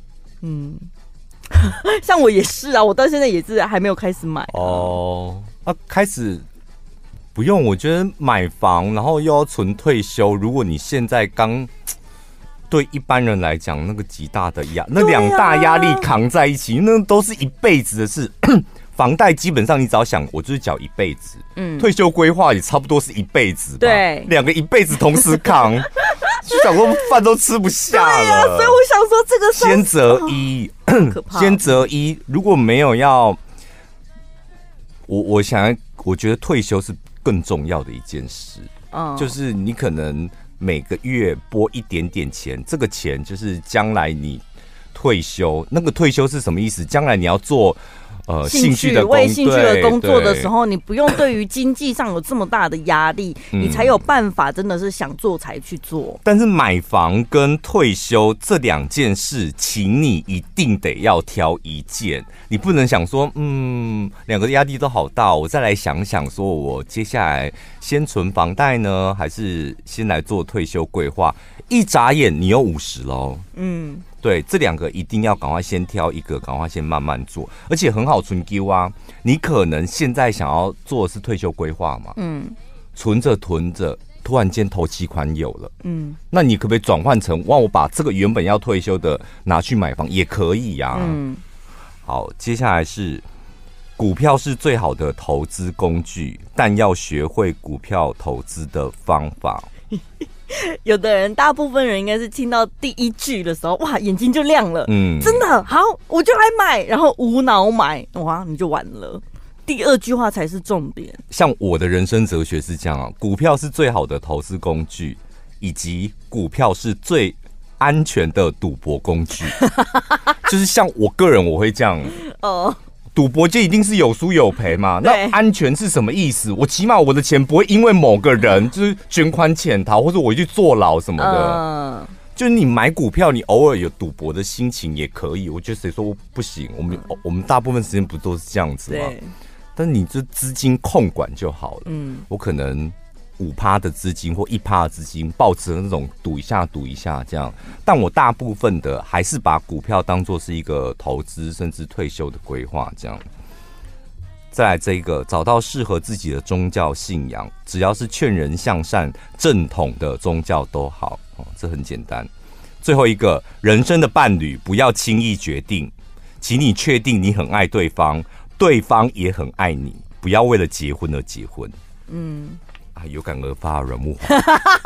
像我也是啊，我到现在也是还没有开始买开始不用。我觉得买房然后又要存退休，如果你现在刚对一般人来讲，那个极大的那2大压力扛在一起，那都是一辈子的事。房贷基本上你只要想，我就是缴一辈子。退休规划也差不多是一辈子吧。对，2个一辈子同时扛，就想说饭都吃不下了。对啊， 所以我想说这个先择一，先择一。如果没有要，我觉得退休是更重要的一件事。就是你可能每个月拨一点点钱，这个钱就是将来你退休。那个退休是什么意思？将来你要做兴趣的工作的时候，你不用对于经济上有这么大的压力，你才有办法真的是想做才去做。 但是买房跟退休这2件事，请你一定得要挑一件，你不能想说2个压力都好大，我再来想想说我接下来先存房贷呢，还是先来做退休规划。一眨眼你又50咯。对，这2个一定要赶快先挑一个，赶快先慢慢做，而且很好存 Q 啊。你可能现在想要做的是退休规划嘛，存着囤着，突然间头期款有了，那你可不可以转换成我把这个原本要退休的拿去买房也可以啊。好，接下来是股票是最好的投资工具，但要学会股票投资的方法。 有的人，大部分人应该是听到第1句的时候，哇，眼睛就亮了，真的好，我就来买，然后无脑买，哇，你就完了。第2句话才是重点。 像我的人生哲学是这样啊，股票是最好的投资工具，以及股票是最安全的赌博工具。就是像我个人，我会这样赌博就一定是有输有赔嘛，那安全是什么意思？我起码我的钱不会因为某个人就是捐款潜逃，或者我去坐牢什么的。就是你买股票，你偶尔有赌博的心情也可以。我觉得谁说不行？我们大部分时间不都是这样子吗？但是你就资金控管就好了。我可能5%的资金或1%的资金，抱持那种赌一下这样，但我大部分的还是把股票当作是一个投资，甚至退休的规划这样。再来这个，找到适合自己的宗教信仰，只要是劝人向善、正统的宗教都好，这很简单。最后一个，人生的伴侣不要轻易决定，请你确定你很爱对方，对方也很爱你，不要为了结婚而结婚。有感而发，阮木华。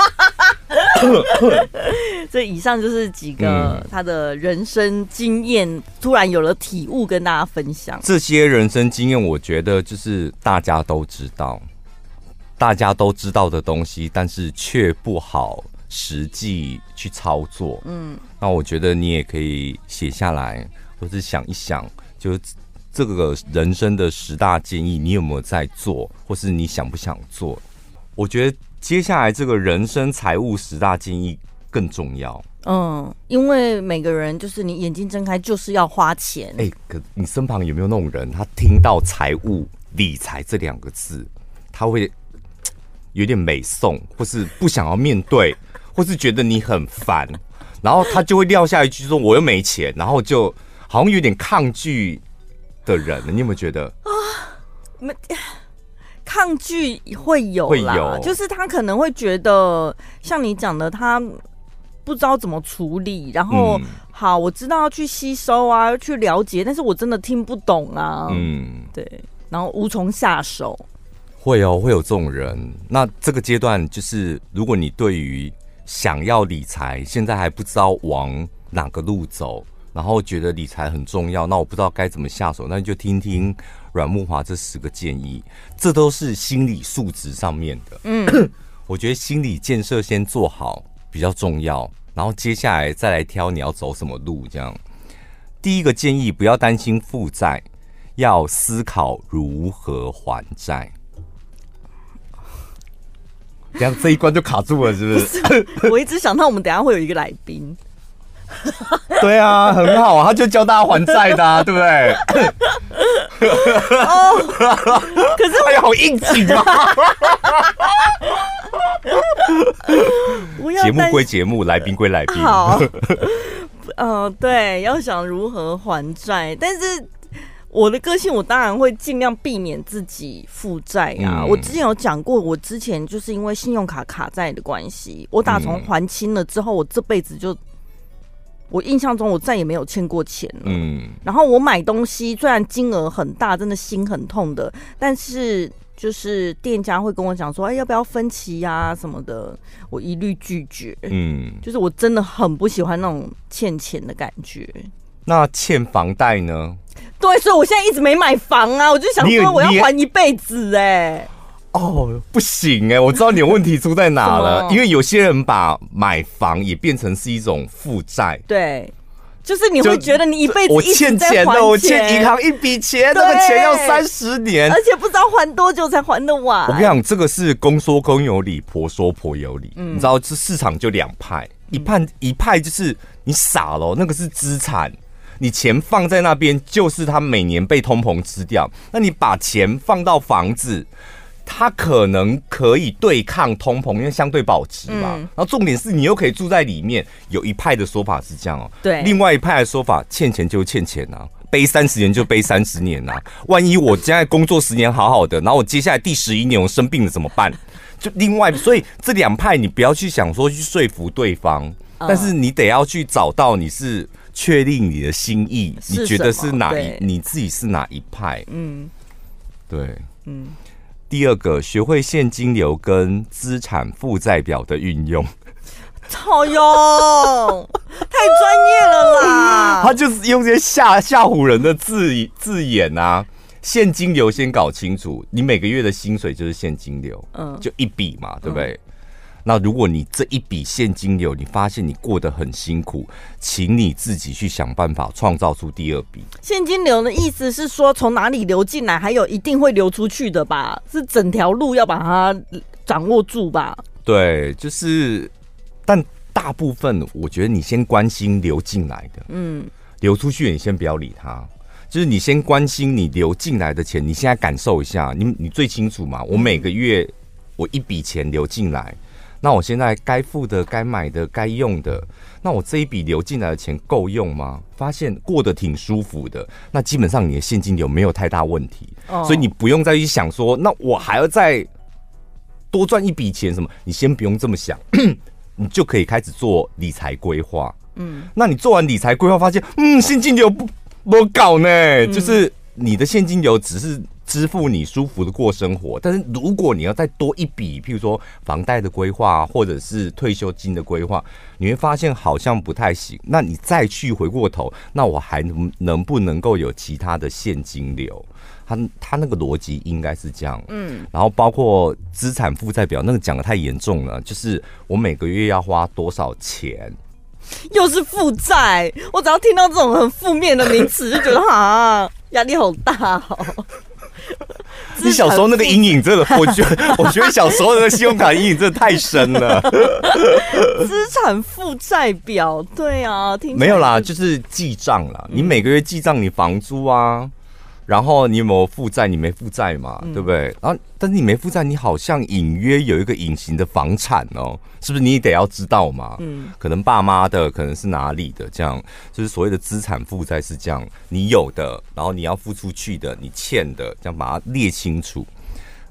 这以上就是几个他的人生经验，突然有了体悟跟大家分享。 这些人生经验，我觉得就是大家都知道的东西，但是却不好实际去操作。那我觉得你也可以写下来，或是想一想，就是这个人生的10大建议，你有没有在做，或是你想不想做？我觉得接下来这个人生财务10大建议更重要。 因为每个人就是你眼睛睁开就是要花钱。 可你身旁有没有那种人，他听到财务理财这2个字，他会有点美颂，或是不想要面对，或是觉得你很烦，然后他就会撂下一句说我又没钱，然后就好像有点抗拒的人，你有没有觉得抗拒会有啦，就是他可能会觉得像你讲的，他不知道怎么处理，然后好，我知道要去吸收啊，去了解，但是我真的听不懂啊，对，然后无从下手。 会有这种人。那这个阶段就是，如果你对于想要理财，现在还不知道往哪个路走，然后觉得理财很重要，那我不知道该怎么下手，那你就听听阮慕骅这10个建议，这都是心理素质上面的。我觉得心理建设先做好比较重要，然后接下来再来挑你要走什么路。这样，第一个建议，不要担心负债，要思考如何还债。这样这一关就卡住了，是不是？ 我一直想到我们等一下会有一个来宾。 对啊，很好啊，他就教大家还债的啊，对不对？可是哎呀，好应景啊！节目归节目，来宾归来宾。 好，对，要想如何还债，但是我的个性，我当然会尽量避免自己负债啊。我之前有讲过，我之前就是因为信用卡卡债的关系，我打从还清了之后，我这辈子就。我印象中，我再也没有欠过钱了。然后我买东西，虽然金额很大，真的心很痛的，但是就是店家会跟我讲说，哎，要不要分期啊什么的，我一律拒绝。就是我真的很不喜欢那种欠钱的感觉。 那欠房贷呢？ 对，所以我现在一直没买房啊，我就想说我要还一辈子哎。 不行我知道你的问题出在哪了，因为有些人把买房也变成是一种负债。 对，就是你会觉得你一辈子一直在还钱， 我欠银行一笔钱，那个钱要30年， 而且不知道还多久才还得完。 我跟你讲，这个是公说公有理，婆说婆有理。你知道，这市场就2派，一派就是你傻了，那个是资产。你钱放在那边，就是它每年被通膨吃掉。那你把钱放到房子，它可能可以对抗通膨，因为相对保值嘛。然后重点是你又可以住在里面。有一派的说法是这样对。 另外一派的说法，欠钱就欠钱啊，背30年就背30年啊。万一我现在工作10年好好的，然后我接下来第11年我生病了怎么办？就另外，所以这2派你不要去想说去说服对方，但是你得要去找到你是确定你的心意，你觉得是哪一，你自己是哪一派？对，第二个，学会现金流跟资产负债表的运用。 好哟，太专业了啦！ 他就是用这些吓唬人的字眼啊。现金流先搞清楚，你每个月的薪水就是现金流，就一笔嘛，对不对？那如果你这一笔现金流，你发现你过得很辛苦，请你自己去想办法创造出第2笔。 现金流的意思是说从哪里流进来，还有一定会流出去的吧？是整条路要把它掌握住吧？ 对，就是，但大部分我觉得你先关心流进来的，流出去你先不要理它。就是你先关心你流进来的钱，你现在感受一下，你最清楚嘛？我每个月我一笔钱流进来，那我现在该付的、该买的、该用的，那我这一笔流进来的钱够用吗？发现过得挺舒服的，那基本上你的现金流没有太大问题，所以你不用再去想说，那我还要再多赚一笔钱什么？你先不用这么想，你就可以开始做理财规划。那你做完理财规划，发现现金流不搞呢，就是你的现金流只是支付你舒服的过生活，但是如果你要再多一笔，譬如说房贷的规划或者是退休金的规划，你会发现好像不太行。那你再去回过头，那我还能不能够有其他的现金流？他那个逻辑应该是这样，然后包括资产负债表那个讲得太严重了，就是我每个月要花多少钱。 又是负债，我只要听到这种很负面的名词，就觉得压力好大哦。 你小时候那个阴影真的，我觉得小时候那个信用卡阴影真的太深了。 资产负债表，对啊， 没有啦，就是记账啦。你每个月记账，你房租啊。然后你有没有负债？你没负债嘛，对不对？然后，但是你没负债，你好像隐约有一个隐形的房产哦，是不是？你得要知道嘛。可能爸妈的，可能是哪里的，这样就是所谓的资产负债是这样，你有的，然后你要付出去的，你欠的，这样把它列清楚。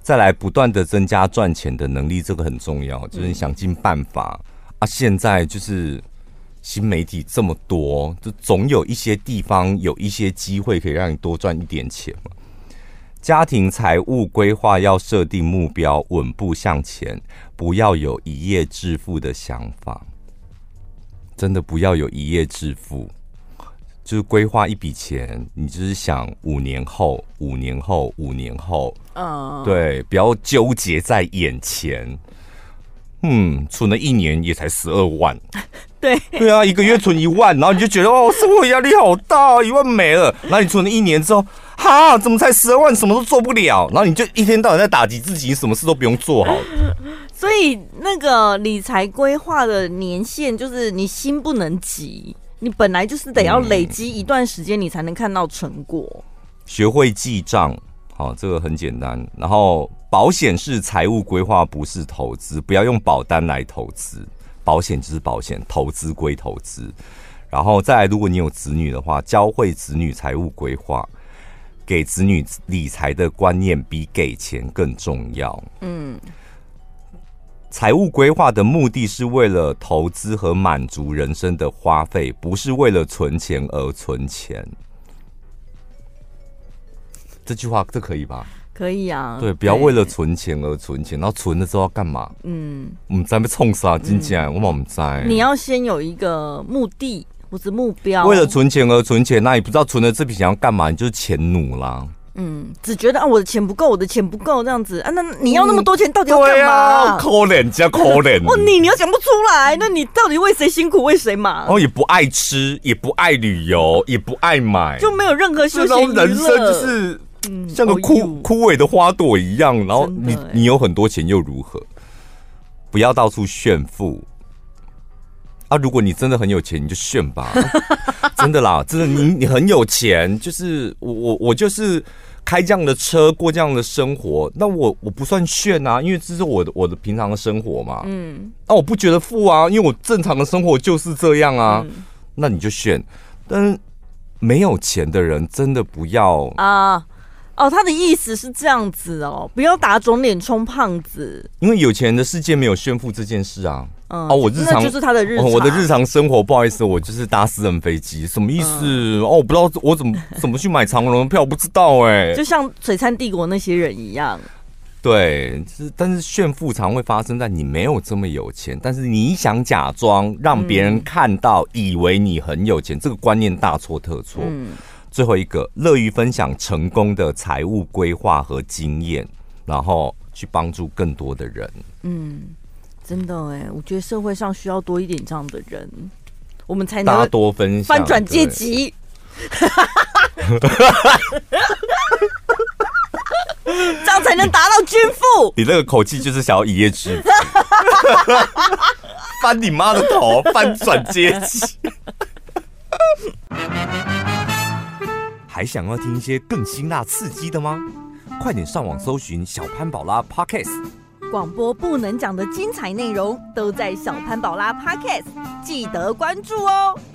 再来不断的增加赚钱的能力，这个很重要，就是你想尽办法啊。现在就是新媒体这么多，就总有一些地方有一些机会可以让你多赚一点钱嘛。家庭财务规划要设定目标，稳步向前，不要有一夜致富的想法。真的不要有一夜致富，就是规划一笔钱，你就是想5年后、5年后、5年后，对，不要纠结在眼前。存了1年也才12万， 对啊，一个月存1万，然后你就觉得生活压力好大，1万没了。然后你存了1年之后，怎么才12万，什么都做不了？然后你就一天到晚在打击自己，什么事都不用做好。 所以那个理财规划的年限，就是你心不能急，你本来就是得要累积一段时间，你才能看到成果。 学会记账，好，这个很简单。然后保险是财务规划，不是投资，不要用保单来投资。保险就是保险，投资归投资。然后再来，如果你有子女的话，教会子女财务规划，给子女理财的观念比给钱更重要。财务规划的目的是为了投资和满足人生的花费，不是为了存钱而存钱。这句话这可以吧？ 可以啊。 对，不要为了存钱而存钱，然后存了之后要干嘛？我们在被冲啥？真正我们在。 你要先有一个目的或者目标。 为了存钱而存钱，那你不知道存了这笔钱要干嘛，你就是钱奴啦。 只觉得我的钱不够，我的钱不够这样子啊？那你要那么多钱，到底要干嘛？ 可怜加可怜。 你又讲不出来，那你到底为谁辛苦为谁忙？ 也不爱吃，也不爱旅游，也不爱买， 就没有任何休闲娱乐。 人生就是像个枯萎的花朵一样。然后你有很多钱又如何？不要到处炫富。如果你真的很有钱，你就炫吧，真的啦，真的你很有钱，就是我就是开这样的车，过这样的生活，那我不算炫啊，因为这是我的平常的生活嘛。我不觉得富啊，因为我正常的生活就是这样啊。那你就炫，但是没有钱的人真的不要啊。 他的意思是这样子不要打肿脸充胖子， 因为有钱人的世界没有炫富这件事啊。我日常那就是他的日常， 我的日常生活，不好意思，我就是搭私人飞机，什么意思？我不知道我怎么去买长荣的票，我不知道就像璀璨帝国那些人一样。 对，但是炫富常会发生在你没有这么有钱，但是你想假装让别人看到，以为你很有钱，这个观念大错特错。最后一个，乐于分享成功的财务规划和经验，然后去帮助更多的人。 真的我觉得社会上需要多一点这样的人，我们才能大家多分享， 翻转阶级。这样才能达到均富。 你那个口气就是想要一夜致富，翻你妈的头，翻转阶级。还想要听一些更辛辣刺激的吗？快点上网搜寻小潘宝拉 Podcast。 广播不能讲的精彩内容都在小潘宝拉 Podcast， 记得关注哦。